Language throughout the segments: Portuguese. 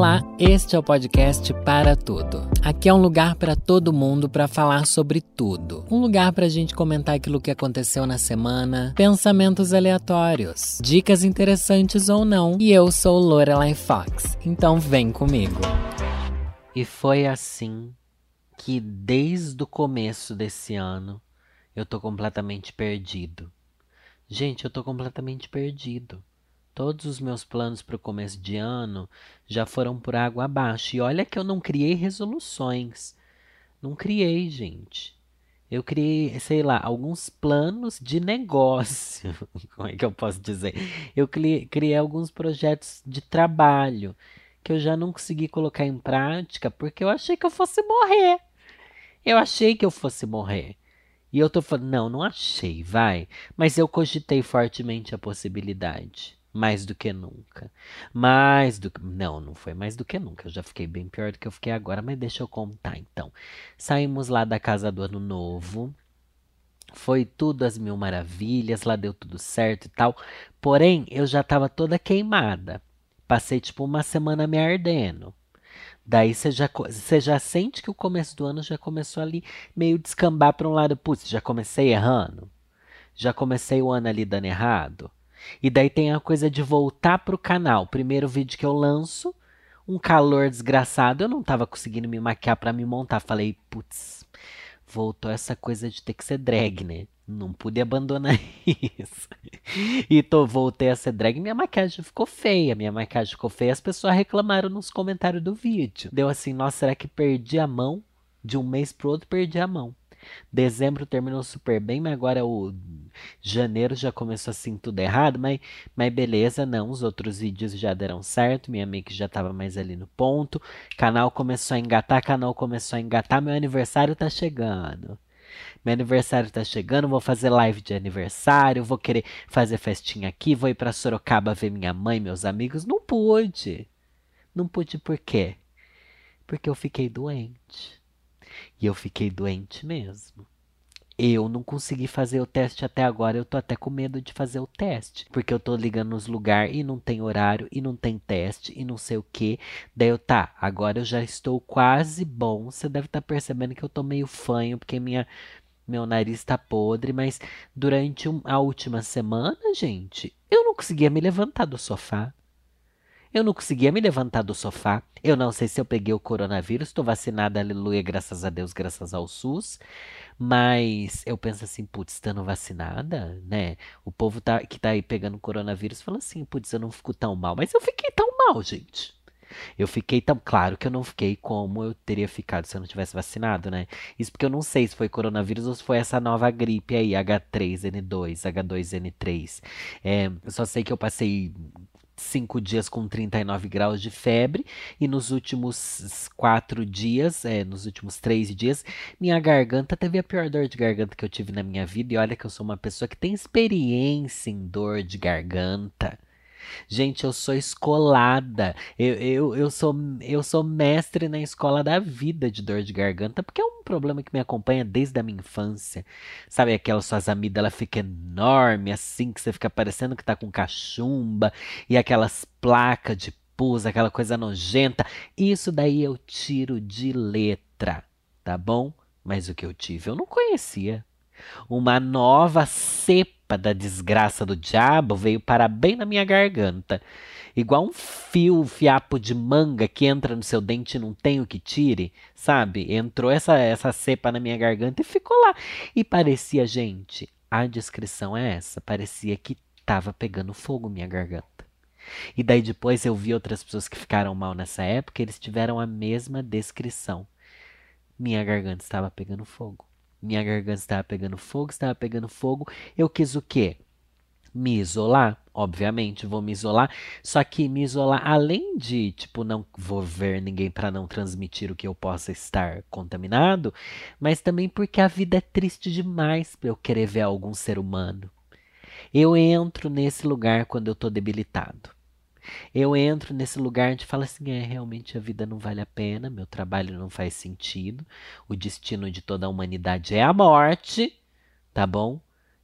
Olá, este é o podcast Para Tudo. Aqui é um lugar para todo mundo para falar sobre tudo. Um lugar para a gente comentar aquilo que aconteceu na semana, pensamentos aleatórios, dicas interessantes ou não. E eu sou Lorelai Fox, então vem comigo. E foi assim que desde o começo desse ano eu tô completamente perdido. Gente, eu tô completamente perdido. Todos os meus planos para o começo de ano já foram por água abaixo. E olha que eu não criei resoluções. Não criei, gente. Eu criei, sei lá, alguns planos de negócio. Como é que eu posso dizer? Eu criei alguns projetos de trabalho que eu já não consegui colocar em prática porque eu achei que eu fosse morrer. Eu achei que eu fosse morrer. E eu tô falando, não achei, vai. Mas eu cogitei fortemente a possibilidade. Mais do que nunca. Não foi mais do que nunca. Eu já fiquei bem pior do que eu fiquei agora, mas deixa eu contar então. Saímos lá da casa do ano novo. Foi tudo às mil maravilhas, lá deu tudo certo e tal. Porém, eu já tava toda queimada. Passei tipo uma semana me ardendo. Daí você já sente que o começo do ano já começou ali meio descambar para um lado. Putz, já comecei errando. Já comecei o ano ali dando errado. E daí tem a coisa de voltar pro canal. Primeiro vídeo que eu lanço, um calor desgraçado. Eu não tava conseguindo me maquiar para me montar. Falei, putz, voltou essa coisa de ter que ser drag, né? Não pude abandonar isso. E voltei a ser drag, minha maquiagem ficou feia. Minha maquiagem ficou feia, as pessoas reclamaram nos comentários do vídeo. Deu assim, nossa, será que perdi a mão? De um mês pro outro, perdi a mão. Dezembro terminou super bem, mas agora o janeiro já começou assim tudo errado, mas beleza, não, os outros vídeos já deram certo, minha make já tava mais ali no ponto, canal começou a engatar, meu aniversário tá chegando. Meu aniversário tá chegando, vou fazer live de aniversário, vou querer fazer festinha aqui, vou ir pra Sorocaba ver minha mãe, meus amigos. Não pude. Não pude por quê? Porque eu fiquei doente. E eu fiquei doente mesmo. Eu não consegui fazer o teste até agora, eu tô até com medo de fazer o teste. Porque eu tô ligando nos lugares e não tem horário, e não tem teste, e não sei o que. Daí agora eu já estou quase bom. Você deve estar percebendo que eu tô meio fanho, porque meu nariz tá podre, mas durante a última semana, gente, eu não conseguia me levantar do sofá. Eu não conseguia me levantar do sofá. Eu não sei se eu peguei o coronavírus, estou vacinada, aleluia, graças a Deus, graças ao SUS. Mas eu penso assim, putz, estando vacinada, né? O povo que tá aí pegando coronavírus fala assim, putz, eu não fico tão mal. Mas eu fiquei tão mal, gente. Eu fiquei tão claro que eu não fiquei como eu teria ficado se eu não tivesse vacinado, né? Isso porque eu não sei se foi coronavírus ou se foi essa nova gripe aí, H3N2, H2N3. Eu só sei que eu passei 5 dias com 39 graus de febre e nos últimos 4 dias, nos últimos 3 dias, minha garganta teve a pior dor de garganta que eu tive na minha vida. E olha que eu sou uma pessoa que tem experiência em dor de garganta. Gente, eu sou escolada. Eu sou mestre na escola da vida de dor de garganta, porque é um problema que me acompanha desde a minha infância. Sabe aquelas suas amígdalas fica enorme, assim, que você fica parecendo que tá com cachumba, e aquelas placas de pus, aquela coisa nojenta. Isso daí eu tiro de letra, tá bom? Mas o que eu tive eu não conhecia. Uma nova cepa da desgraça do diabo veio parar bem na minha garganta. Igual fiapo de manga que entra no seu dente e não tem o que tire, sabe? Entrou essa cepa na minha garganta e ficou lá. E parecia, gente, a descrição é essa, parecia que tava pegando fogo minha garganta. E daí depois eu vi outras pessoas que ficaram mal nessa época, eles tiveram a mesma descrição. Minha garganta estava pegando fogo. Minha garganta estava pegando fogo, estava pegando fogo. Eu quis o quê? Me isolar. Obviamente, vou me isolar. Só que me isolar, além de, tipo, não vou ver ninguém para não transmitir o que eu possa estar contaminado, mas também porque a vida é triste demais para eu querer ver algum ser humano. Eu entro nesse lugar quando eu tô debilitado. Eu entro nesse lugar de falar assim, realmente a vida não vale a pena, meu trabalho não faz sentido, o destino de toda a humanidade é a morte, tá bom?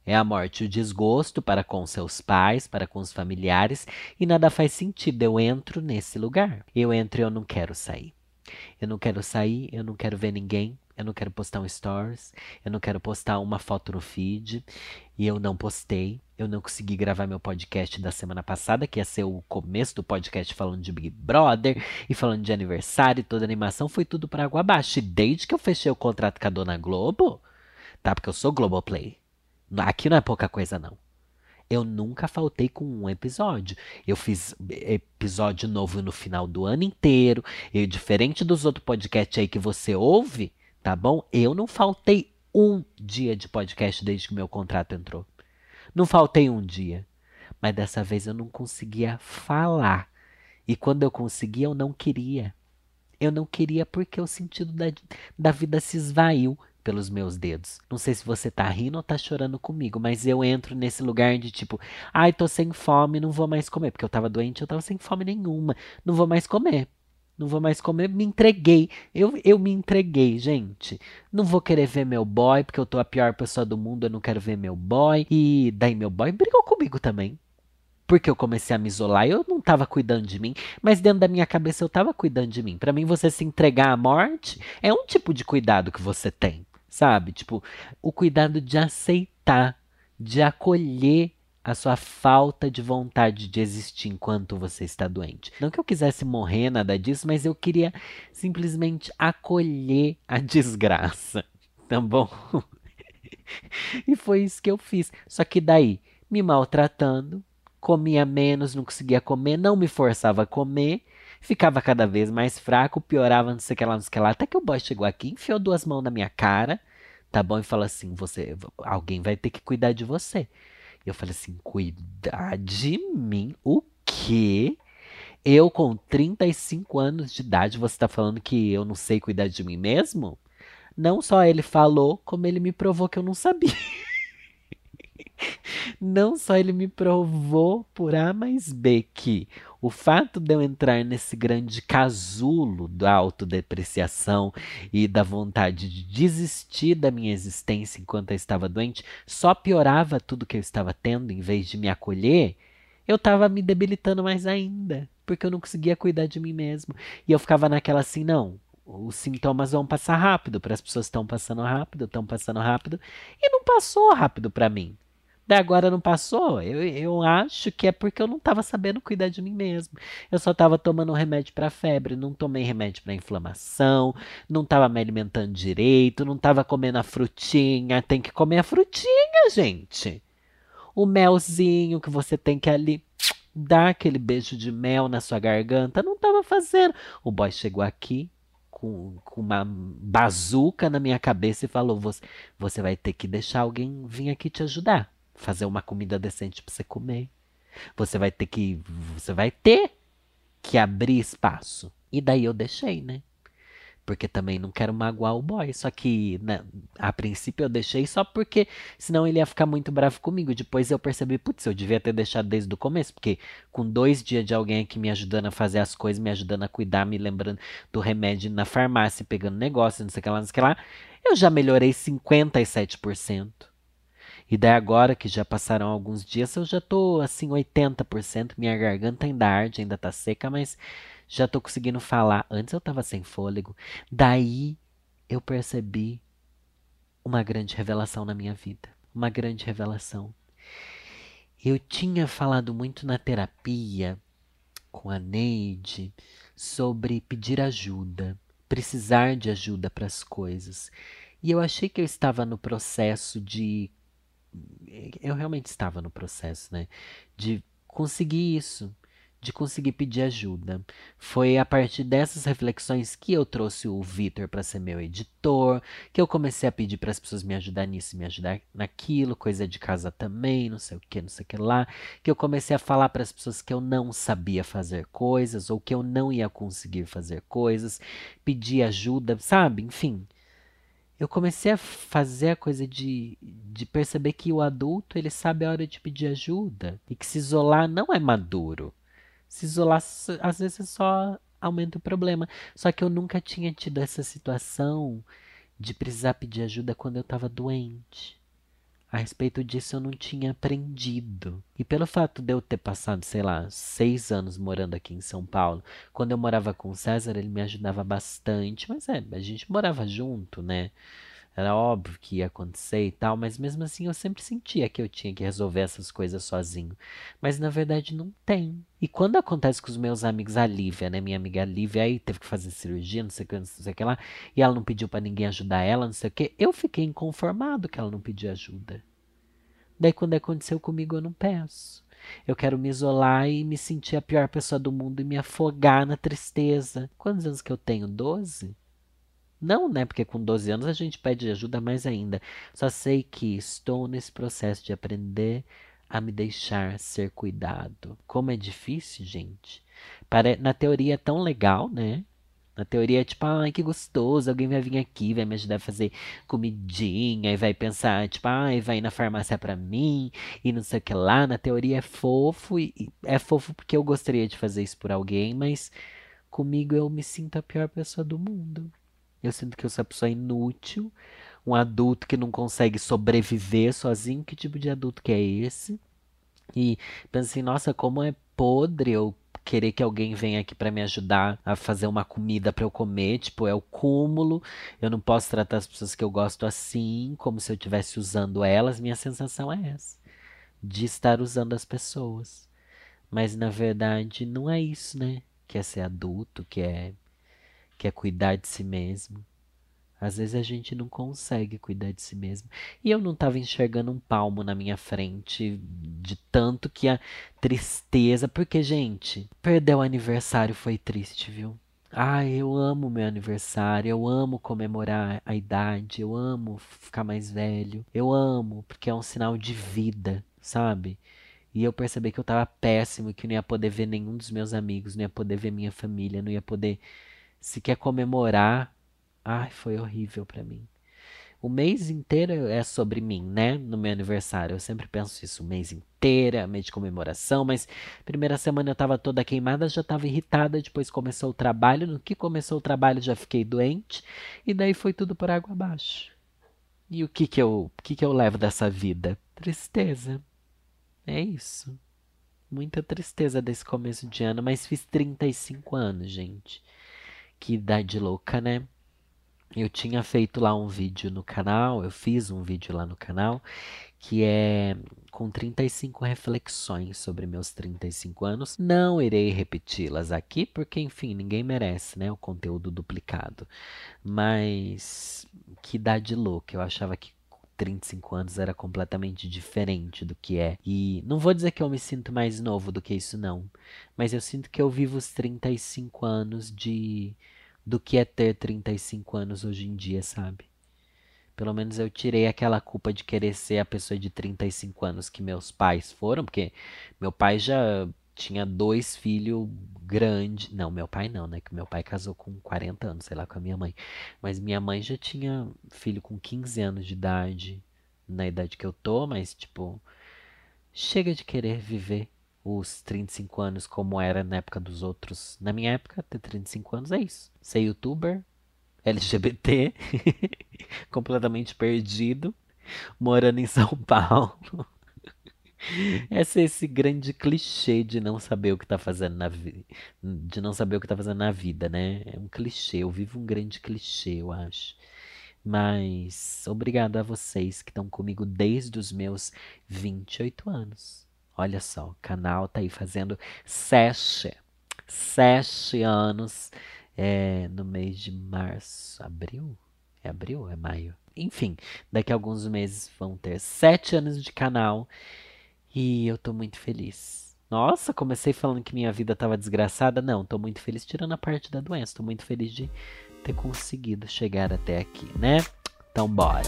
É a morte e o desgosto para com seus pais, para com os familiares, e nada faz sentido. Eu entro nesse lugar. Eu entro e eu não quero sair. Eu não quero sair, eu não quero ver ninguém, eu não quero postar um stories, eu não quero postar uma foto no feed. E eu não postei. Eu não consegui gravar meu podcast da semana passada, que ia ser o começo do podcast falando de Big Brother e falando de aniversário e toda a animação. Foi tudo por água abaixo. E desde que eu fechei o contrato com a Dona Globo, tá? Porque eu sou Globoplay. Aqui não é pouca coisa, não. Eu nunca faltei com um episódio. Eu fiz episódio novo no final do ano inteiro. E diferente dos outros podcasts aí que você ouve, tá bom? Eu não faltei um dia de podcast desde que meu contrato entrou. Não faltei um dia. Mas dessa vez eu não conseguia falar. E quando eu conseguia, eu não queria. Eu não queria porque o sentido da vida se esvaiu pelos meus dedos. Não sei se você tá rindo ou tá chorando comigo, mas eu entro nesse lugar de tipo, ai, tô sem fome, não vou mais comer. Porque eu tava doente, eu tava sem fome nenhuma. Não vou mais comer. Não vou mais comer, me entreguei. Eu me entreguei, gente. Não vou querer ver meu boy, porque eu tô a pior pessoa do mundo, eu não quero ver meu boy. E daí meu boy brigou comigo também. Porque eu comecei a me isolar, eu não estava cuidando de mim, mas dentro da minha cabeça eu estava cuidando de mim. Para mim, você se entregar à morte é um tipo de cuidado que você tem, sabe? Tipo, o cuidado de aceitar, de acolher a sua falta de vontade de existir enquanto você está doente. Não que eu quisesse morrer, nada disso, mas eu queria simplesmente acolher a desgraça, tá bom? E foi isso que eu fiz. Só que daí, me maltratando, comia menos, não conseguia comer, não me forçava a comer, ficava cada vez mais fraco, piorava, não sei o que lá, não sei o que lá. Até que o boy chegou aqui, enfiou duas mãos na minha cara, tá bom? E falou assim: alguém vai ter que cuidar de você. E eu falei assim: cuidar de mim? O quê? Eu, com 35 anos de idade, você tá falando que eu não sei cuidar de mim mesmo? Não só ele falou, como ele me provou que eu não sabia. Não só ele me provou por A mais B que o fato de eu entrar nesse grande casulo da autodepreciação e da vontade de desistir da minha existência enquanto eu estava doente só piorava tudo que eu estava tendo em vez de me acolher, eu estava me debilitando mais ainda, porque eu não conseguia cuidar de mim mesmo. E eu ficava naquela assim, não. Os sintomas vão passar rápido, para as pessoas estão passando rápido, e não passou rápido para mim. Daí agora não passou? Eu acho que é porque eu não estava sabendo cuidar de mim mesmo. Eu só estava tomando remédio para febre, não tomei remédio para inflamação, não estava me alimentando direito, não estava comendo a frutinha. Tem que comer a frutinha, gente. O melzinho que você tem que ali dar aquele beijo de mel na sua garganta, não estava fazendo. O boy chegou aqui com uma bazuca na minha cabeça e falou: você vai ter que deixar alguém vir aqui te ajudar. Fazer uma comida decente pra você comer. Você vai ter que. Você vai ter que abrir espaço. E daí eu deixei, né? Porque também não quero magoar o boy. Só que, né, a princípio eu deixei só porque senão ele ia ficar muito bravo comigo. Depois eu percebi, putz, eu devia ter deixado desde o começo. Porque com 2 dias de alguém aqui me ajudando a fazer as coisas, me ajudando a cuidar, me lembrando do remédio na farmácia, pegando negócio, não sei o que lá, não sei o que lá, eu já melhorei 57%. E daí agora que já passaram alguns dias, eu já tô assim 80%, minha garganta ainda arde, ainda tá seca, mas já tô conseguindo falar. Antes eu tava sem fôlego. Daí eu percebi uma grande revelação na minha vida. Uma grande revelação. Eu tinha falado muito na terapia com a Neide sobre pedir ajuda, precisar de ajuda para as coisas. E eu achei que eu estava no processo de eu realmente estava no processo, né? De conseguir isso, de conseguir pedir ajuda. Foi a partir dessas reflexões que eu trouxe o Vitor para ser meu editor, que eu comecei a pedir para as pessoas me ajudar nisso, me ajudar naquilo, coisa de casa também, não sei o que, não sei o que lá, que eu comecei a falar para as pessoas que eu não sabia fazer coisas ou que eu não ia conseguir fazer coisas, pedir ajuda, sabe? Enfim, eu comecei a fazer a coisa de perceber que o adulto ele sabe a hora de pedir ajuda e que se isolar não é maduro. Se isolar às vezes só aumenta o problema. Só que eu nunca tinha tido essa situação de precisar pedir ajuda quando eu estava doente. A respeito disso eu não tinha aprendido. E pelo fato de eu ter passado, sei lá, 6 anos morando aqui em São Paulo, quando eu morava com o César, ele me ajudava bastante, mas a gente morava junto, né? Era óbvio que ia acontecer e tal, mas mesmo assim eu sempre sentia que eu tinha que resolver essas coisas sozinho. Mas na verdade não tem. E quando acontece com os meus amigos, a Lívia, né? Minha amiga Lívia aí teve que fazer cirurgia, não sei o que, não sei o que lá, e ela não pediu pra ninguém ajudar ela, não sei o que. Eu fiquei inconformado que ela não pediu ajuda. Daí quando aconteceu comigo, eu não peço. Eu quero me isolar e me sentir a pior pessoa do mundo e me afogar na tristeza. Quantos anos que eu tenho? 12? Não, né? Porque com 12 anos a gente pede ajuda mais ainda. Só sei que estou nesse processo de aprender a me deixar ser cuidado. Como é difícil, gente. Na teoria é tão legal, né? Na teoria é tipo, ai, que gostoso, alguém vai vir aqui, vai me ajudar a fazer comidinha, e vai pensar, tipo, ai, vai ir na farmácia pra mim, e não sei o que lá. Na teoria é fofo, e é fofo porque eu gostaria de fazer isso por alguém, mas comigo eu me sinto a pior pessoa do mundo. Eu sinto que eu sou uma pessoa inútil, um adulto que não consegue sobreviver sozinho. Que tipo de adulto que é esse? E penso assim, nossa, como é podre eu querer que alguém venha aqui pra me ajudar a fazer uma comida pra eu comer. Tipo, é o cúmulo. Eu não posso tratar as pessoas que eu gosto assim, como se eu estivesse usando elas. Minha sensação é essa, de estar usando as pessoas. Mas na verdade não é isso, né? Que é ser adulto, que é cuidar de si mesmo. Às vezes a gente não consegue cuidar de si mesmo. E eu não estava enxergando um palmo na minha frente, de tanto que a tristeza. Porque, gente, perder o aniversário foi triste, viu? Ai, eu amo meu aniversário, eu amo comemorar a idade, eu amo ficar mais velho, eu amo, porque é um sinal de vida, sabe? E eu percebi que eu tava péssimo, que não ia poder ver nenhum dos meus amigos, não ia poder ver minha família, não ia poder sequer comemorar. Ai, foi horrível pra mim. O mês inteiro é sobre mim, né? No meu aniversário. Eu sempre penso isso, o mês inteiro, é mês de comemoração, mas primeira semana eu tava toda queimada, já tava irritada, depois começou o trabalho, no que começou o trabalho já fiquei doente, e daí foi tudo por água abaixo. E o que que eu levo dessa vida? Tristeza. É isso. Muita tristeza desse começo de ano, mas fiz 35 anos, gente. Que idade louca, né? Eu tinha feito lá um vídeo no canal, eu fiz um vídeo lá no canal, que é com 35 reflexões sobre meus 35 anos. Não irei repeti-las aqui, porque, enfim, ninguém merece, né, o conteúdo duplicado. Mas que idade louca, eu achava que com 35 anos era completamente diferente do que é. E não vou dizer que eu me sinto mais novo do que isso, não. Mas eu sinto que eu vivo os 35 anos do que é ter 35 anos hoje em dia, sabe? Pelo menos eu tirei aquela culpa de querer ser a pessoa de 35 anos que meus pais foram, porque meu pai já tinha 2 filhos grandes. Não, meu pai não, né? Que meu pai casou com 40 anos, sei lá, com a minha mãe. Mas minha mãe já tinha filho com 15 anos de idade, na idade que eu tô, mas tipo, chega de querer viver os 35 anos como era na época dos outros. Na minha época, ter 35 anos é isso. Ser youtuber, LGBT, completamente perdido, morando em São Paulo. Esse grande clichê de não saber o que tá fazendo na vida, de não saber o que tá fazendo na vida, né? É um clichê, eu vivo um grande clichê, eu acho. Mas obrigado a vocês que estão comigo desde os meus 28 anos. Olha só, o canal tá aí fazendo 7 anos no mês de março, abril? É abril ou é maio? Enfim, daqui a alguns meses vão ter 7 anos de canal e eu tô muito feliz. Nossa, comecei falando que minha vida tava desgraçada. Não, tô muito feliz tirando a parte da doença. Tô muito feliz de ter conseguido chegar até aqui, né? Então bora!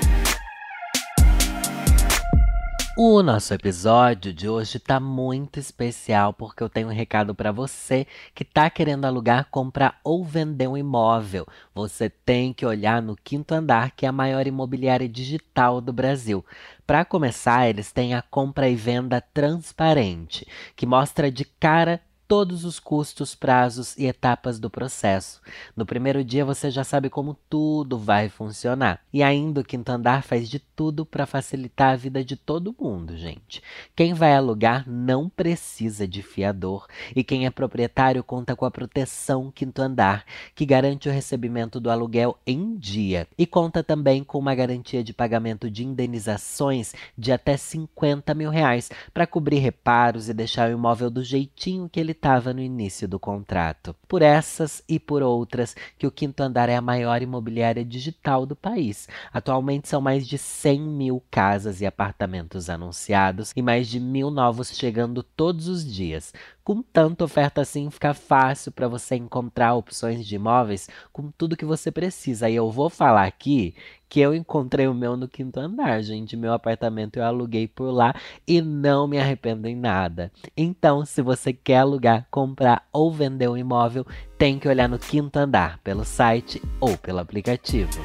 O nosso episódio de hoje tá muito especial porque eu tenho um recado para você que tá querendo alugar, comprar ou vender um imóvel. Você tem que olhar no Quinto Andar, que é a maior imobiliária digital do Brasil. Para começar, eles têm a compra e venda transparente, que mostra de cara todos os custos, prazos e etapas do processo. No primeiro dia você já sabe como tudo vai funcionar. E ainda o quinto andar faz de tudo para facilitar a vida de todo mundo, gente. Quem vai alugar não precisa de fiador e quem é proprietário conta com a proteção quinto andar, que garante o recebimento do aluguel em dia e conta também com uma garantia de pagamento de indenizações de até 50 mil reais para cobrir reparos e deixar o imóvel do jeitinho que ele estava no início do contrato. Por essas e por outras, que o quinto andar é a maior imobiliária digital do país. Atualmente são mais de 100 mil casas e apartamentos anunciados e mais de 1.000 novos chegando todos os dias. Com tanta oferta assim, fica fácil para você encontrar opções de imóveis com tudo que você precisa. E eu vou falar aqui que eu encontrei o meu no quinto andar, gente. Meu apartamento eu aluguei por lá e não me arrependo em nada. Então, se você quer alugar, comprar ou vender um imóvel, tem que olhar no quinto andar, pelo site ou pelo aplicativo.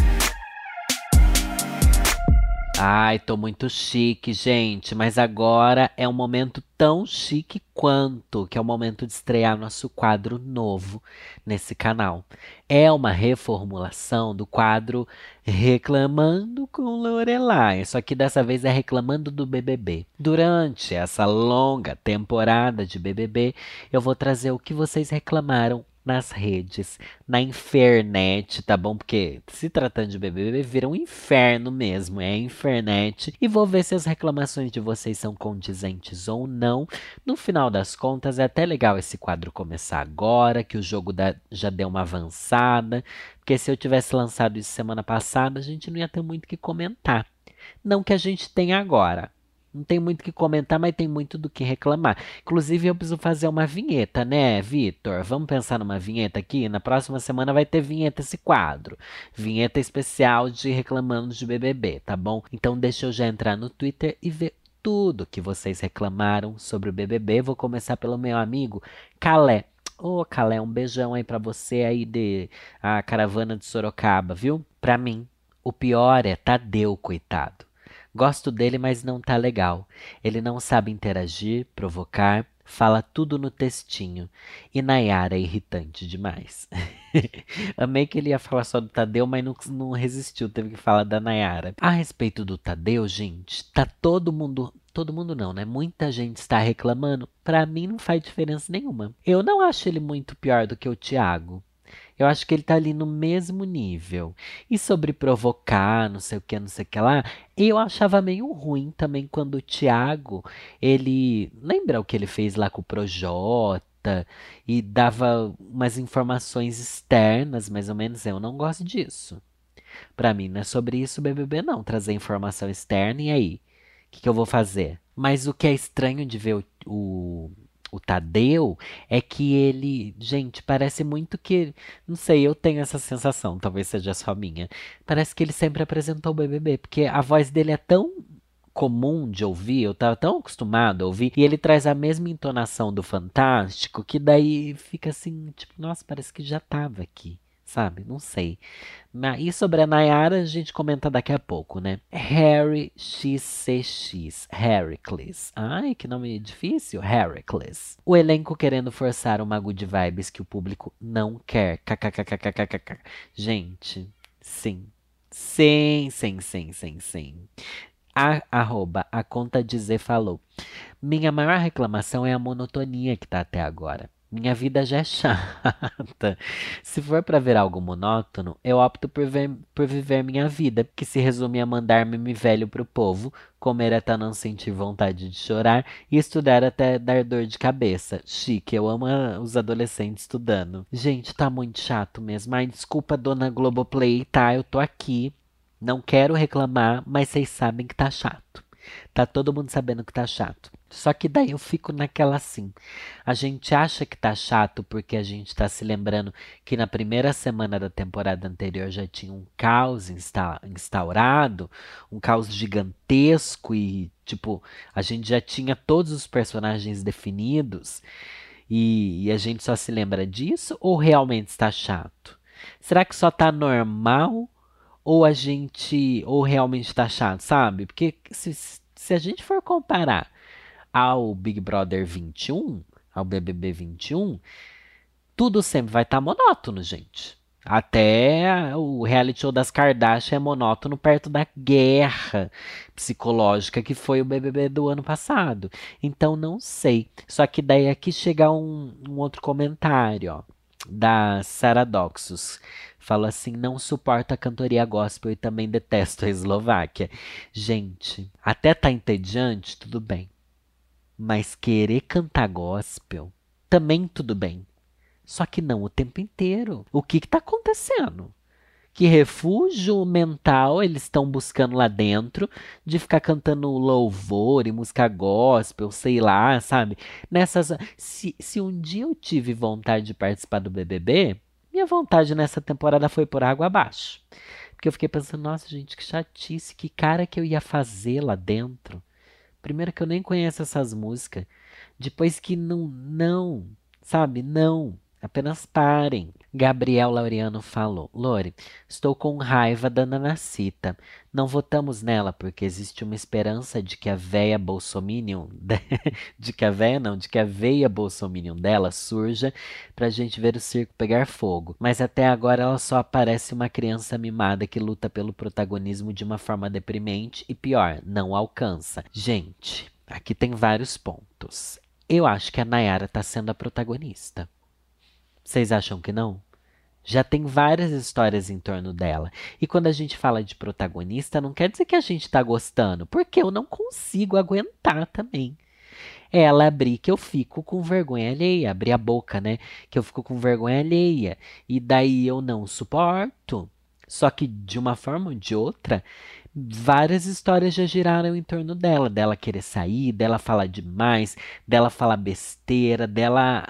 Ai, tô muito chique, gente, mas agora é um momento tão chique quanto, que é o momento de estrear nosso quadro novo nesse canal. É uma reformulação do quadro Reclamando com Lorelai, só que dessa vez é reclamando do BBB. Durante essa longa temporada de BBB, eu vou trazer o que vocês reclamaram nas redes, na internet, tá bom? Porque se tratando de BBB, vira um inferno mesmo, é a internet. E vou ver se as reclamações de vocês são condizentes ou não. No final das contas, é até legal esse quadro começar agora, que o jogo já deu uma avançada. Porque se eu tivesse lançado isso semana passada, a gente não ia ter muito o que comentar. Não que a gente tenha agora. Não tem muito o que comentar, mas tem muito do que reclamar. Inclusive, eu preciso fazer uma vinheta, né, Vitor? Vamos pensar numa vinheta aqui? Na próxima semana vai ter vinheta esse quadro. Vinheta especial de Reclamando de BBB, tá bom? Então deixa eu já entrar no Twitter e ver tudo que vocês reclamaram sobre o BBB. Vou começar pelo meu amigo Calé. Ô, Calé, um beijão aí pra você aí de a caravana de Sorocaba, viu? Pra mim, o pior é Tadeu, coitado. Gosto dele, mas não tá legal. Ele não sabe interagir, provocar, fala tudo no textinho. E Nayara é irritante demais. Amei que ele ia falar só do Tadeu, mas não resistiu, teve que falar da Nayara. A respeito do Tadeu, gente, tá todo mundo. Todo mundo não, né? Muita gente está reclamando. Pra mim não faz diferença nenhuma. Eu não acho ele muito pior do que o Thiago. Eu acho que ele tá ali no mesmo nível. E sobre provocar, não sei o que, não sei o que lá, eu achava meio ruim também quando o Thiago, ele. Lembra o que ele fez lá com o Projota? E dava umas informações externas, mais ou menos. Eu não gosto disso. Pra mim, não é sobre isso o BBB, não. Trazer informação externa e aí? O que eu vou fazer? Mas o que é estranho de ver o Tadeu é que ele, gente, parece muito que, não sei, eu tenho essa sensação, talvez seja só minha. Parece que ele sempre apresentou o BBB, porque a voz dele é tão comum de ouvir, eu tava tão acostumado a ouvir, e ele traz a mesma entonação do Fantástico, que daí fica assim, tipo, nossa, parece que já tava aqui. Sabe? Não sei. E sobre a Nayara, a gente comenta daqui a pouco, né? Harry XCX. Heracles. Ai, que nome difícil. Heracles. O elenco querendo forçar uma good vibes que o público não quer. KKKKKKK. Gente, sim. Sim, sim, sim, sim, sim. A conta dizer falou. Minha maior reclamação é a monotonia que tá até agora. Minha vida já é chata. Se for para ver algo monótono, eu opto por viver minha vida, que se resume a mandar meme velho pro povo, comer até não sentir vontade de chorar e estudar até dar dor de cabeça. Chique, eu amo os adolescentes estudando. Gente, tá muito chato mesmo. Ai, desculpa, dona Globoplay, tá? Eu tô aqui. Não quero reclamar, mas vocês sabem que tá chato. Tá todo mundo sabendo que tá chato. Só que daí eu fico naquela assim. A gente acha que tá chato porque a gente tá se lembrando que na primeira semana da temporada anterior já tinha um caos instaurado, um caos gigantesco e, tipo, a gente já tinha todos os personagens definidos e a gente só se lembra disso ou realmente está chato? Será que só tá normal ou realmente tá chato, sabe? Porque se a gente for comparar ao Big Brother 21, ao BBB 21, tudo sempre vai estar monótono, gente. Até o reality show das Kardashian é monótono perto da guerra psicológica que foi o BBB do ano passado. Então não sei. Só que daí aqui chega um outro comentário, ó, da Saradoxos. Fala assim: não suporto a cantoria gospel e também detesto a Eslováquia. Gente, até tá entediante, tudo bem. Mas querer cantar gospel, também tudo bem. Só que não o tempo inteiro. O que está acontecendo? Que refúgio mental eles estão buscando lá dentro de ficar cantando louvor e música gospel, sei lá, sabe? Nessas, se um dia eu tive vontade de participar do BBB, minha vontade nessa temporada foi por água abaixo. Porque eu fiquei pensando, nossa, gente, que chatice, que cara que eu ia fazer lá dentro. Primeiro que eu nem conheço essas músicas. Depois que não, sabe? Não. Apenas parem. Gabriel Laureano falou: Lore, estou com raiva da Nanacita. Não votamos nela porque existe uma esperança de que a véia bolsominion, de que a véia não, de que a veia bolsominion dela surja pra gente ver o circo pegar fogo. Mas até agora ela só aparece uma criança mimada que luta pelo protagonismo de uma forma deprimente e pior, não alcança. Gente, aqui tem vários pontos. Eu acho que a Nayara tá sendo a protagonista. Vocês acham que não? Já tem várias histórias em torno dela. E quando a gente fala de protagonista, não quer dizer que a gente tá gostando, porque eu não consigo aguentar também. Ela abrir que eu fico com vergonha alheia, abrir a boca, né? Que eu fico com vergonha alheia. E daí eu não suporto. Só que de uma forma ou de outra, várias histórias já giraram em torno dela, dela querer sair, dela falar demais, dela falar besteira, dela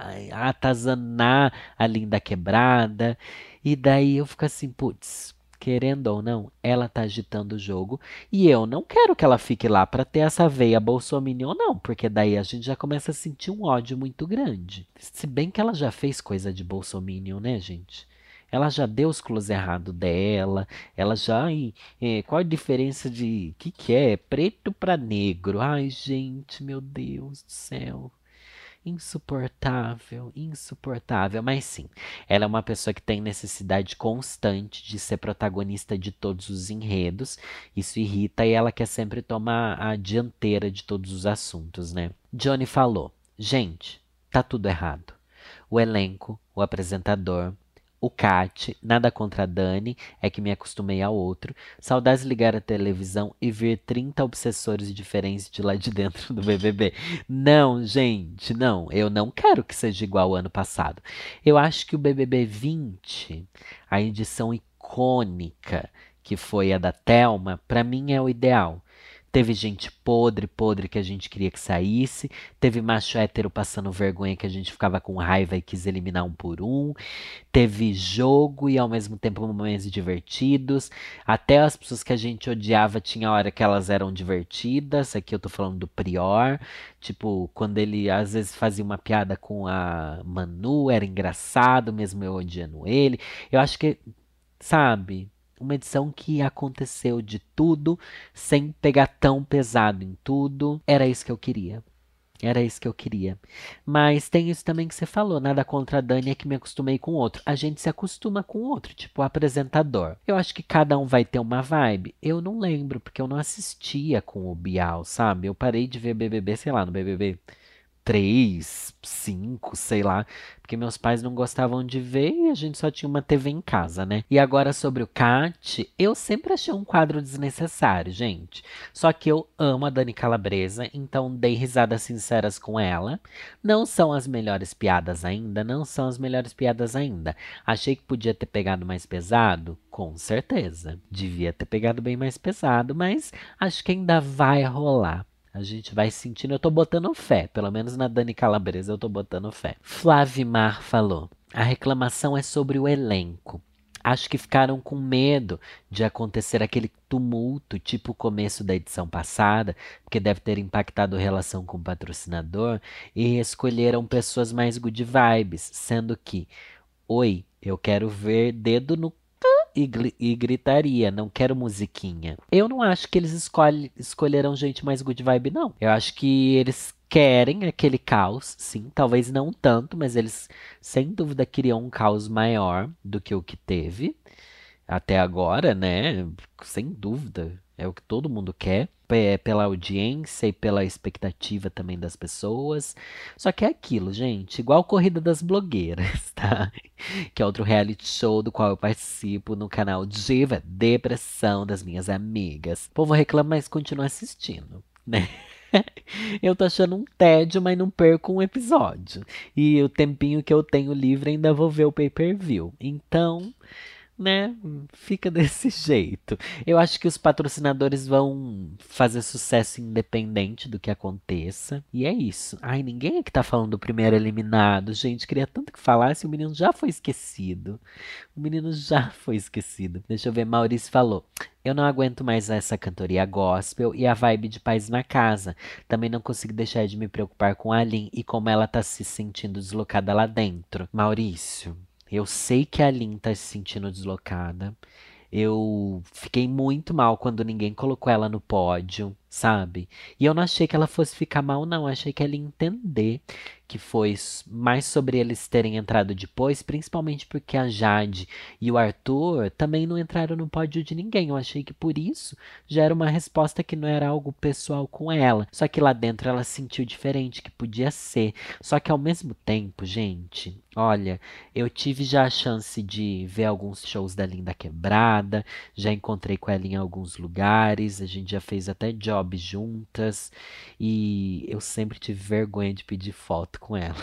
atazanar a linda quebrada. E daí eu fico assim, putz, querendo ou não, ela tá agitando o jogo e eu não quero que ela fique lá pra ter essa veia bolsominion, não, porque daí a gente já começa a sentir um ódio muito grande. Se bem que ela já fez coisa de bolsominion, né, gente? Ela já deu os close errado dela, ela já. Qual a diferença de. Que é? Preto pra negro. Ai, gente, meu Deus do céu. Insuportável, insuportável. Mas sim, ela é uma pessoa que tem necessidade constante de ser protagonista de todos os enredos. Isso irrita e ela quer sempre tomar a dianteira de todos os assuntos, né? Johnny falou: gente, tá tudo errado. O elenco, o apresentador, o Cat, nada contra a Dani, é que me acostumei ao outro. Saudades de ligar a televisão e ver 30 obsessores diferentes de lá de dentro do BBB. Não, gente, não. Eu não quero que seja igual ao ano passado. Eu acho que o BBB 20, a edição icônica que foi a da Thelma, pra mim é o ideal. Teve gente podre, podre que a gente queria que saísse. Teve macho hétero passando vergonha que a gente ficava com raiva e quis eliminar um por um. Teve jogo e ao mesmo tempo momentos divertidos. Até as pessoas que a gente odiava tinha hora que elas eram divertidas. Aqui eu tô falando do Prior. Tipo, quando ele às vezes fazia uma piada com a Manu, era engraçado, mesmo eu odiando ele. Eu acho que, sabe, uma edição que aconteceu de tudo, sem pegar tão pesado em tudo. Era isso que eu queria. Era isso que eu queria. Mas tem isso também que você falou, nada contra a Dani, é que me acostumei com outro. A gente se acostuma com outro, tipo o apresentador. Eu acho que cada um vai ter uma vibe. Eu não lembro, porque eu não assistia com o Bial, sabe? Eu parei de ver BBB, sei lá, no BBB 3, 5, sei lá, porque meus pais não gostavam de ver e a gente só tinha uma TV em casa, né? E agora sobre o Cat, eu sempre achei um quadro desnecessário, gente. Só que eu amo a Dani Calabresa, então dei risadas sinceras com ela. Não são as melhores piadas ainda, não são as melhores piadas ainda. Achei que podia ter pegado mais pesado? Com certeza. Devia ter pegado bem mais pesado, mas acho que ainda vai rolar. A gente vai sentindo, eu tô botando fé, pelo menos na Dani Calabresa eu tô botando fé. Flavimar falou: a reclamação é sobre o elenco. Acho que ficaram com medo de acontecer aquele tumulto, tipo o começo da edição passada, porque deve ter impactado a relação com o patrocinador, e escolheram pessoas mais good vibes, sendo que, oi, eu quero ver dedo no e gritaria, não quero musiquinha. Eu não acho que eles escolheram gente mais good vibe, não. Eu acho que eles querem aquele caos, sim, talvez não tanto, mas eles sem dúvida queriam um caos maior do que o que teve até agora, né? Sem dúvida, é o que todo mundo quer, pela audiência e pela expectativa também das pessoas. Só que é aquilo, gente, igual Corrida das Blogueiras, tá? Que é outro reality show do qual eu participo no canal Diva Depressão das minhas amigas. O povo reclama, mas continua assistindo, né? Eu tô achando um tédio, mas não perco um episódio. E o tempinho que eu tenho livre ainda vou ver o pay-per-view. Então, né? Fica desse jeito. Eu acho que os patrocinadores vão fazer sucesso independente do que aconteça. E é isso. Ai, ninguém aqui tá falando do primeiro eliminado. Gente, queria tanto que falasse, o menino já foi esquecido. O menino já foi esquecido. Deixa eu ver, Maurício falou. Eu não aguento mais essa cantoria gospel e a vibe de paz na casa. Também não consigo deixar de me preocupar com a Aline e como ela tá se sentindo deslocada lá dentro. Maurício, eu sei que a Aline tá se sentindo deslocada. Eu fiquei muito mal quando ninguém colocou ela no pódio, sabe? E eu não achei que ela fosse ficar mal, não. Eu achei que ela ia entender que foi mais sobre eles terem entrado depois, principalmente porque a Jade e o Arthur também não entraram no pódio de ninguém. Eu achei que por isso já era uma resposta que não era algo pessoal com ela. Só que lá dentro ela sentiu diferente, que podia ser. Só que ao mesmo tempo, gente, olha, eu tive já a chance de ver alguns shows da Linda Quebrada, já encontrei com ela em alguns lugares, a gente já fez até job juntas e eu sempre tive vergonha de pedir foto com ela,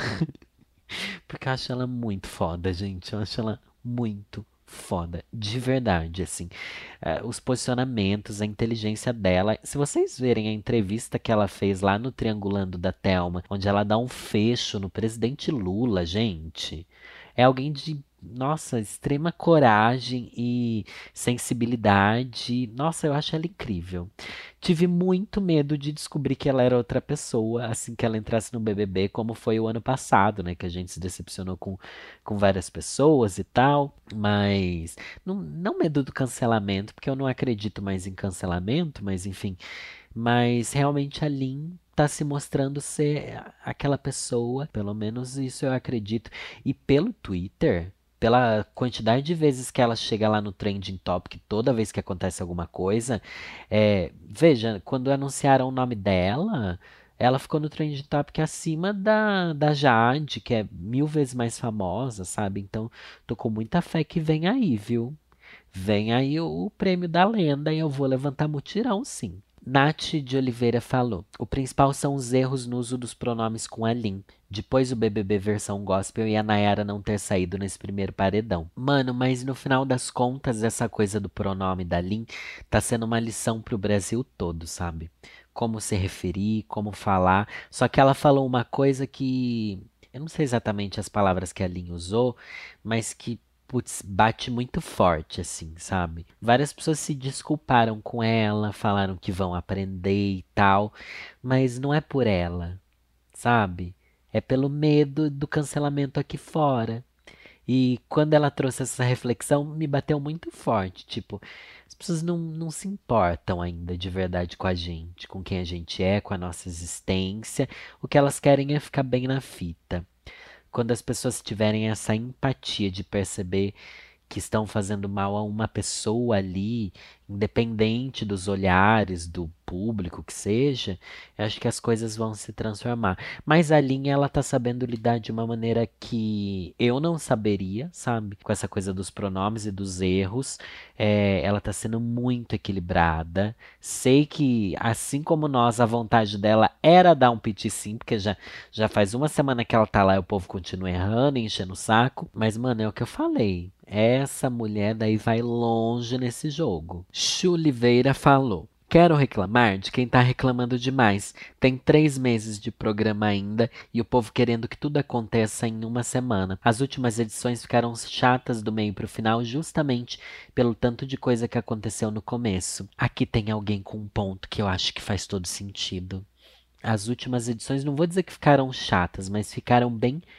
porque eu acho ela muito foda, gente, eu acho ela muito foda, de verdade, assim. Os posicionamentos, a inteligência dela. Se vocês verem a entrevista que ela fez lá no Triangulando da Thelma, onde ela dá um fecho no presidente Lula, gente, é alguém de, nossa, extrema coragem e sensibilidade. Nossa, eu acho ela incrível. Tive muito medo de descobrir que ela era outra pessoa assim que ela entrasse no BBB, como foi o ano passado, né? Que a gente se decepcionou com várias pessoas e tal. Mas não medo do cancelamento, porque eu não acredito mais em cancelamento, mas enfim. Mas realmente a Lin tá se mostrando ser aquela pessoa, pelo menos isso eu acredito. E pelo Twitter, pela quantidade de vezes que ela chega lá no Trending Topic, toda vez que acontece alguma coisa, veja, quando anunciaram o nome dela, ela ficou no Trending Topic acima da Jade, que é 1000 vezes mais famosa, sabe? Então, tô com muita fé que vem aí, viu? Vem aí o prêmio da lenda e eu vou levantar mutirão, sim. Nath de Oliveira falou: o principal são os erros no uso dos pronomes com a Lin. Depois o BBB versão gospel e a Nayara não ter saído nesse primeiro paredão. Mano, mas no final das contas, essa coisa do pronome da Lin tá sendo uma lição pro Brasil todo, sabe? Como se referir, como falar. Só que ela falou uma coisa que. Eu não sei exatamente as palavras que a Lin usou, mas que putz, bate muito forte, assim, sabe? Várias pessoas se desculparam com ela, falaram que vão aprender e tal, mas não é por ela, sabe? É pelo medo do cancelamento aqui fora. E quando ela trouxe essa reflexão, me bateu muito forte. Tipo, as pessoas não se importam ainda de verdade com a gente, com quem a gente é, com a nossa existência. O que elas querem é ficar bem na fita. Quando as pessoas tiverem essa empatia de perceber que estão fazendo mal a uma pessoa ali, independente dos olhares do público que seja, eu acho que as coisas vão se transformar. Mas a linha ela tá sabendo lidar de uma maneira que eu não saberia, sabe? Com essa coisa dos pronomes e dos erros. Ela tá sendo muito equilibrada. Sei que, assim como nós, a vontade dela era dar um piti sim, porque já faz uma semana que ela tá lá e o povo continua errando, enchendo o saco. Mas, mano, é o que eu falei. Essa mulher daí vai longe nesse jogo. Chu Oliveira falou: quero reclamar de quem tá reclamando demais. Tem 3 meses de programa ainda e o povo querendo que tudo aconteça em uma semana. As últimas edições ficaram chatas do meio pro final justamente pelo tanto de coisa que aconteceu no começo. Aqui tem alguém com um ponto que eu acho que faz todo sentido. As últimas edições, não vou dizer que ficaram chatas, mas ficaram bem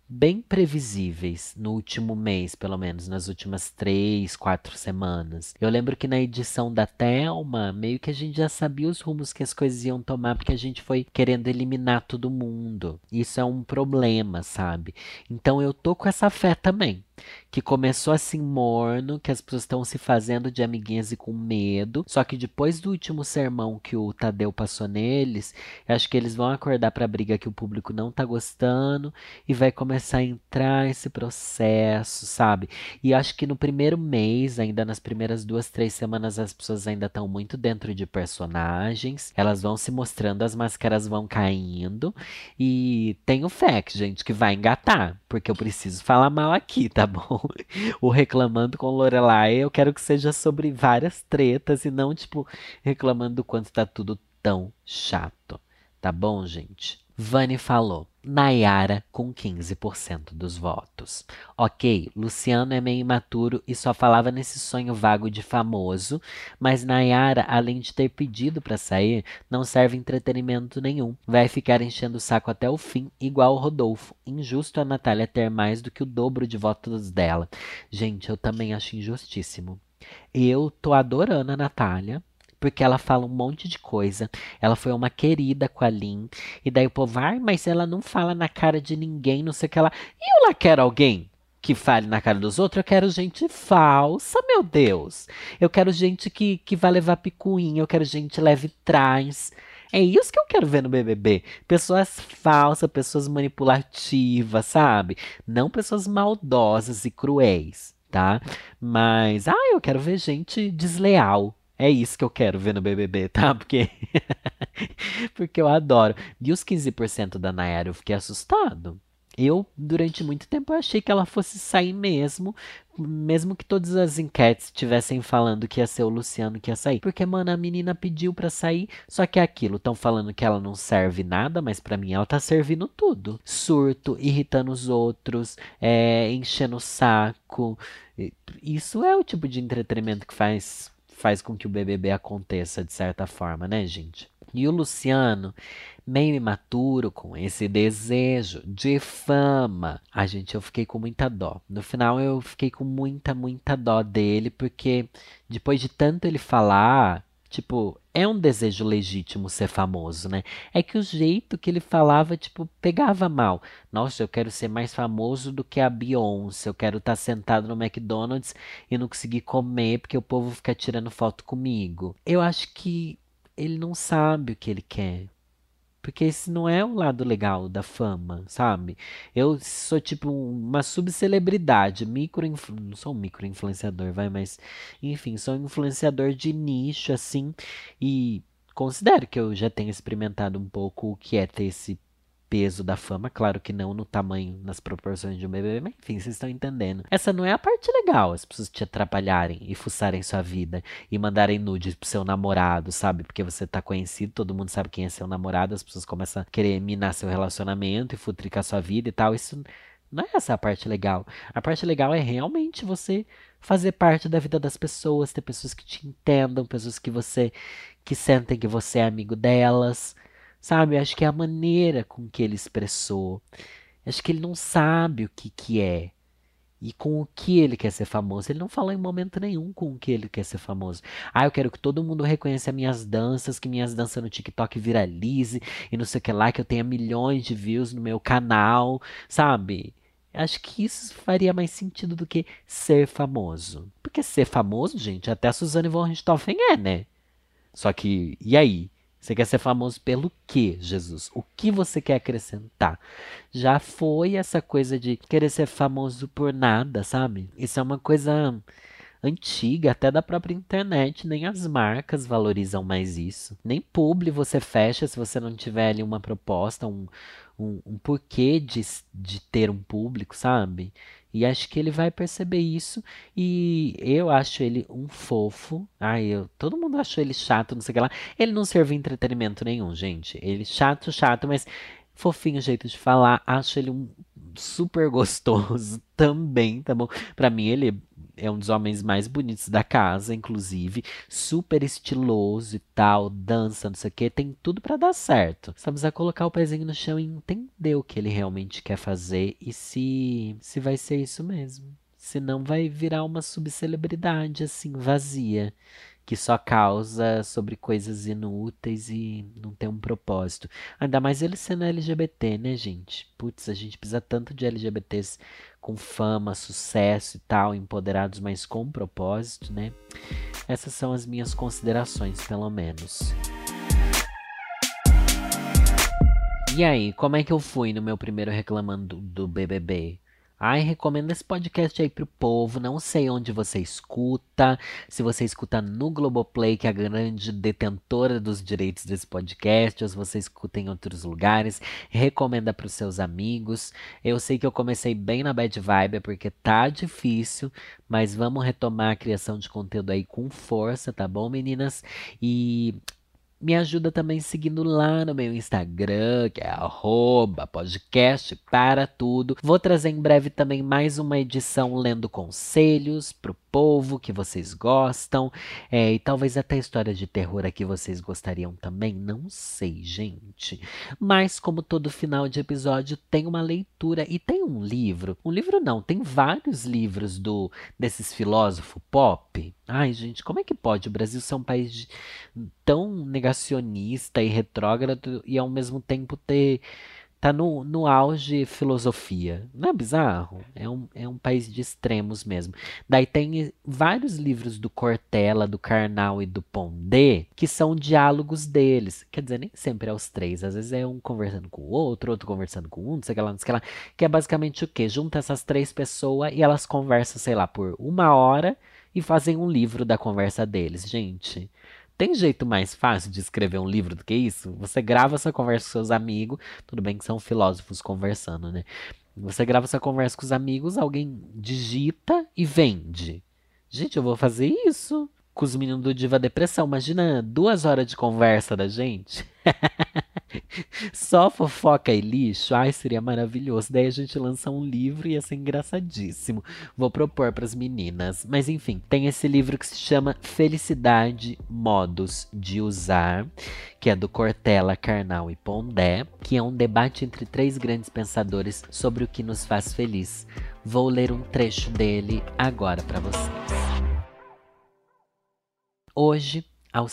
bem previsíveis no último mês, pelo menos, nas últimas 3, 4 semanas. Eu lembro que na edição da Thelma, meio que a gente já sabia os rumos que as coisas iam tomar, porque a gente foi querendo eliminar todo mundo. Isso é um problema, sabe? Então eu tô com essa fé também. Que começou assim morno, que as pessoas estão se fazendo de amiguinhas e com medo. Só que depois do último sermão que o Tadeu passou neles, eu acho que eles vão acordar pra briga que o público não tá gostando e vai começar a entrar esse processo, sabe? E acho que no primeiro mês, ainda nas primeiras 2, 3 semanas, as pessoas ainda estão muito dentro de personagens. Elas vão se mostrando, as máscaras vão caindo. E tenho fé, gente, que vai engatar. Porque eu preciso falar mal aqui, tá bom? O Reclamando com Lorelai, eu quero que seja sobre várias tretas e não, tipo, reclamando do quanto tá tudo tão chato. Tá bom, gente? Vani falou. Nayara com 15% dos votos. Ok, Luciano é meio imaturo e só falava nesse sonho vago de famoso, mas Nayara, além de ter pedido pra sair, não serve entretenimento nenhum. Vai ficar enchendo o saco até o fim, igual o Rodolfo. Injusto a Natália ter mais do que o dobro de votos dela. Gente, eu também acho injustíssimo. Eu tô adorando a Natália. Porque ela fala um monte de coisa. Ela foi uma querida com a Lin. E daí o povo, ai, mas ela não fala na cara de ninguém, não sei o que lá. E eu lá quero alguém que fale na cara dos outros. Eu quero gente falsa, meu Deus. Eu quero gente que vai levar picuinha. Eu quero gente leve trás. É isso que eu quero ver no BBB. Pessoas falsas, pessoas manipulativas, sabe? Não pessoas maldosas e cruéis, tá? Mas, eu quero ver gente desleal. É isso que eu quero ver no BBB, tá? Porque, porque eu adoro. E os 15% da Nayara, eu fiquei assustado. Eu, durante muito tempo, eu achei que ela fosse sair mesmo, mesmo que todas as enquetes estivessem falando que ia ser o Luciano que ia sair. Porque, mano, a menina pediu pra sair, só que é aquilo, estão falando que ela não serve nada, mas pra mim ela tá servindo tudo. Surto, irritando os outros, enchendo o saco. Isso é o tipo de entretenimento que faz com que o BBB aconteça de certa forma, né, gente? E o Luciano, meio imaturo, com esse desejo de fama. Gente, eu fiquei com muita dó. No final, eu fiquei com muita, muita dó dele, porque depois de tanto ele falar, tipo, é um desejo legítimo ser famoso, né? É que o jeito que ele falava, tipo, pegava mal. Nossa, eu quero ser mais famoso do que a Beyoncé. Eu quero estar sentado no McDonald's e não conseguir comer porque o povo fica tirando foto comigo. Eu acho que ele não sabe o que ele quer. Porque esse não é o lado legal da fama, sabe? Eu sou tipo uma subcelebridade, não sou um micro-influenciador, vai, mas enfim, sou um influenciador de nicho, assim, e considero que eu já tenho experimentado um pouco o que é ter esse peso da fama, claro que não no tamanho, nas proporções de um bebê, mas enfim, vocês estão entendendo. Essa não é a parte legal, as pessoas te atrapalharem e fuçarem sua vida e mandarem nudes pro seu namorado, sabe? Porque você tá conhecido, todo mundo sabe quem é seu namorado, as pessoas começam a querer minar seu relacionamento e futricar sua vida e tal. Isso não é essa a parte legal. A parte legal é realmente você fazer parte da vida das pessoas, ter pessoas que te entendam, pessoas que sentem que você é amigo delas. Sabe, acho que é a maneira com que ele expressou. Acho que ele não sabe o que é e com o que ele quer ser famoso. Ele não falou em momento nenhum com o que ele quer ser famoso. Eu quero que todo mundo reconheça minhas danças, que minhas danças no TikTok viralize e não sei o que lá, que eu tenha milhões de views no meu canal, sabe? Acho que isso faria mais sentido do que ser famoso. Porque ser famoso, gente, até a Suzane von Richthofen é, né? Só que, e aí? Você quer ser famoso pelo quê, Jesus? O que você quer acrescentar? Já foi essa coisa de querer ser famoso por nada, sabe? Isso é uma coisa antiga, até da própria internet. Nem as marcas valorizam mais isso. Nem publi você fecha se você não tiver ali uma proposta, um porquê de ter um público, sabe? E acho que ele vai perceber isso. E eu acho ele um fofo. Todo mundo achou ele chato, não sei o que lá. Ele não serve entretenimento nenhum, gente. Ele chato, chato, mas fofinho o jeito de falar. Acho ele super gostoso também, tá bom? Pra mim, ele é um dos homens mais bonitos da casa, inclusive. Super estiloso e tal, dança, não sei o que. Tem tudo pra dar certo. Só precisa colocar o pezinho no chão e entender o que ele realmente quer fazer e se vai ser isso mesmo. Senão vai virar uma subcelebridade, assim, vazia, que só causa sobre coisas inúteis e não tem um propósito. Ainda mais ele sendo LGBT, né, gente? Putz, a gente precisa tanto de LGBTs com fama, sucesso e tal, empoderados, mas com propósito, né? Essas são as minhas considerações, pelo menos. E aí, como é que eu fui no meu primeiro reclamando do BBB? Ai, recomendo esse podcast aí pro povo. Não sei onde você escuta. Se você escuta no Globoplay, que é a grande detentora dos direitos desse podcast, ou se você escuta em outros lugares, recomenda pros seus amigos. Eu sei que eu comecei bem na bad vibe, porque tá difícil, mas vamos retomar a criação de conteúdo aí com força, tá bom, meninas? E me ajuda também seguindo lá no meu Instagram, que é @podcast para tudo. Vou trazer em breve também mais uma edição lendo conselhos pro povo que vocês gostam. E talvez até história de terror aqui vocês gostariam também. Não sei, gente. Mas como todo final de episódio tem uma leitura e tem um livro. Um livro não, tem vários livros desses filósofos pop. Ai, gente, como é que pode o Brasil ser um país tão negacionista e retrógrado e ao mesmo tempo tá no auge filosofia? Não é bizarro? É um país de extremos mesmo. Daí tem vários livros do Cortella, do Karnal e do Pondé que são diálogos deles. Quer dizer, nem sempre é os três. Às vezes é um conversando com o outro, outro conversando com um, não sei o que lá, não sei o que lá. Que é basicamente o quê? Junta essas três pessoas e elas conversam, sei lá, por 1 hora e fazem um livro da conversa deles. Gente, tem jeito mais fácil de escrever um livro do que isso? Você grava essa conversa com seus amigos, tudo bem que são filósofos conversando, né? Você grava essa conversa com os amigos, alguém digita e vende. Gente, eu vou fazer isso com os meninos do Diva Depressão. Imagina 2 horas de conversa da gente. Só fofoca e lixo, ai, seria maravilhoso. Daí a gente lança um livro e ia ser engraçadíssimo. Vou propor para as meninas. Mas enfim, tem esse livro que se chama Felicidade, Modos de Usar, que é do Cortella, Karnal e Pondé, que é um debate entre 3 grandes pensadores sobre o que nos faz feliz. Vou ler um trecho dele agora para vocês. Hoje, aos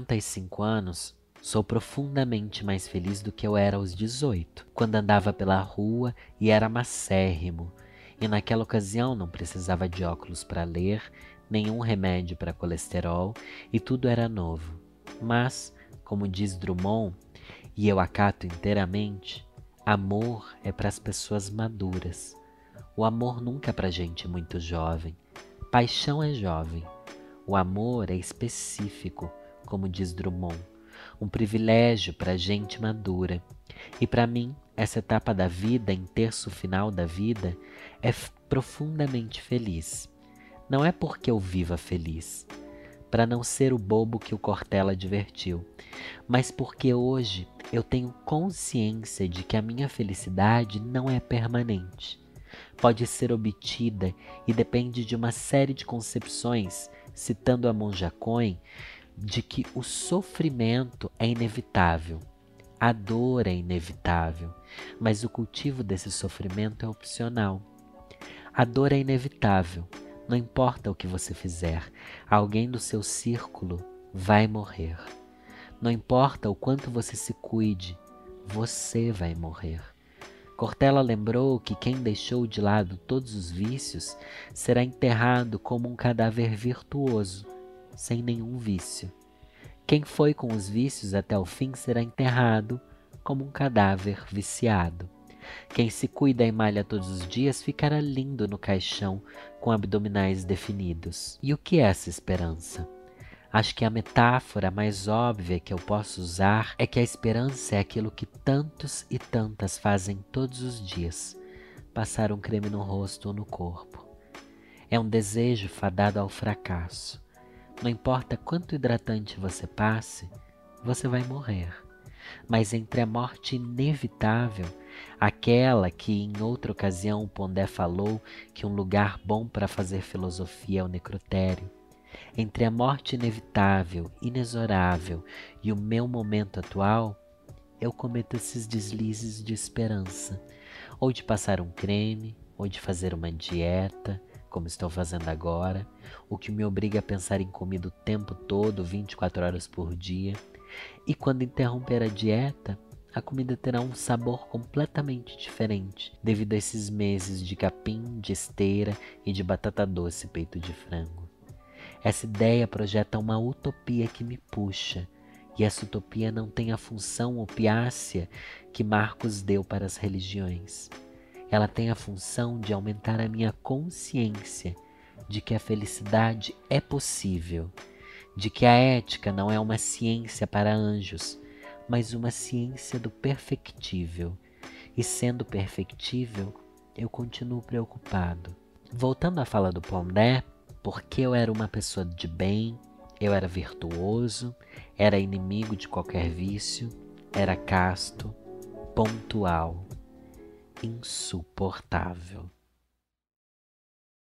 55 anos, sou profundamente mais feliz do que eu era aos 18, quando andava pela rua e era macérrimo, e naquela ocasião não precisava de óculos para ler, nenhum remédio para colesterol, e tudo era novo. Mas, como diz Drummond, e eu acato inteiramente, amor é para as pessoas maduras. O amor nunca é para gente muito jovem. Paixão é jovem. O amor é específico, como diz Drummond, um privilégio para gente madura. E para mim, essa etapa da vida, em terço final da vida, é profundamente feliz. Não é porque eu viva feliz, para não ser o bobo que o Cortella advertiu, mas porque hoje eu tenho consciência de que a minha felicidade não é permanente. Pode ser obtida e depende de uma série de concepções, citando a Monja Coen, de que o sofrimento é inevitável, a dor é inevitável, mas o cultivo desse sofrimento é opcional. A dor é inevitável, não importa o que você fizer, alguém do seu círculo vai morrer. Não importa o quanto você se cuide, você vai morrer. Cortella lembrou que quem deixou de lado todos os vícios será enterrado como um cadáver virtuoso, sem nenhum vício. Quem foi com os vícios até o fim será enterrado como um cadáver viciado. Quem se cuida e malha todos os dias ficará lindo no caixão com abdominais definidos. E o que é essa esperança? Acho que a metáfora mais óbvia que eu posso usar é que a esperança é aquilo que tantos e tantas fazem todos os dias, passar um creme no rosto ou no corpo. É um desejo fadado ao fracasso. Não importa quanto hidratante você passe, você vai morrer. Mas entre a morte inevitável, Aquela que em outra ocasião Pondé falou que um lugar bom para fazer filosofia é o necrotério. Entre a morte inevitável, inexorável e o meu momento atual, eu cometo esses deslizes de esperança, ou de passar um creme, ou de fazer uma dieta, como estou fazendo agora, o que me obriga a pensar em comida o tempo todo, 24 horas por dia. E quando interromper a dieta, a comida terá um sabor completamente diferente, devido a esses meses de capim, de esteira e de batata doce peito de frango. Essa ideia projeta uma utopia que me puxa, e essa utopia não tem a função opiácea que Marcos deu para as religiões. Ela tem a função de aumentar a minha consciência de que a felicidade é possível, de que a ética não é uma ciência para anjos, mas uma ciência do perfectível. E sendo perfectível, eu continuo preocupado. Voltando à fala do Pondé, porque eu era uma pessoa de bem, eu era virtuoso, era inimigo de qualquer vício, era casto, pontual, insuportável.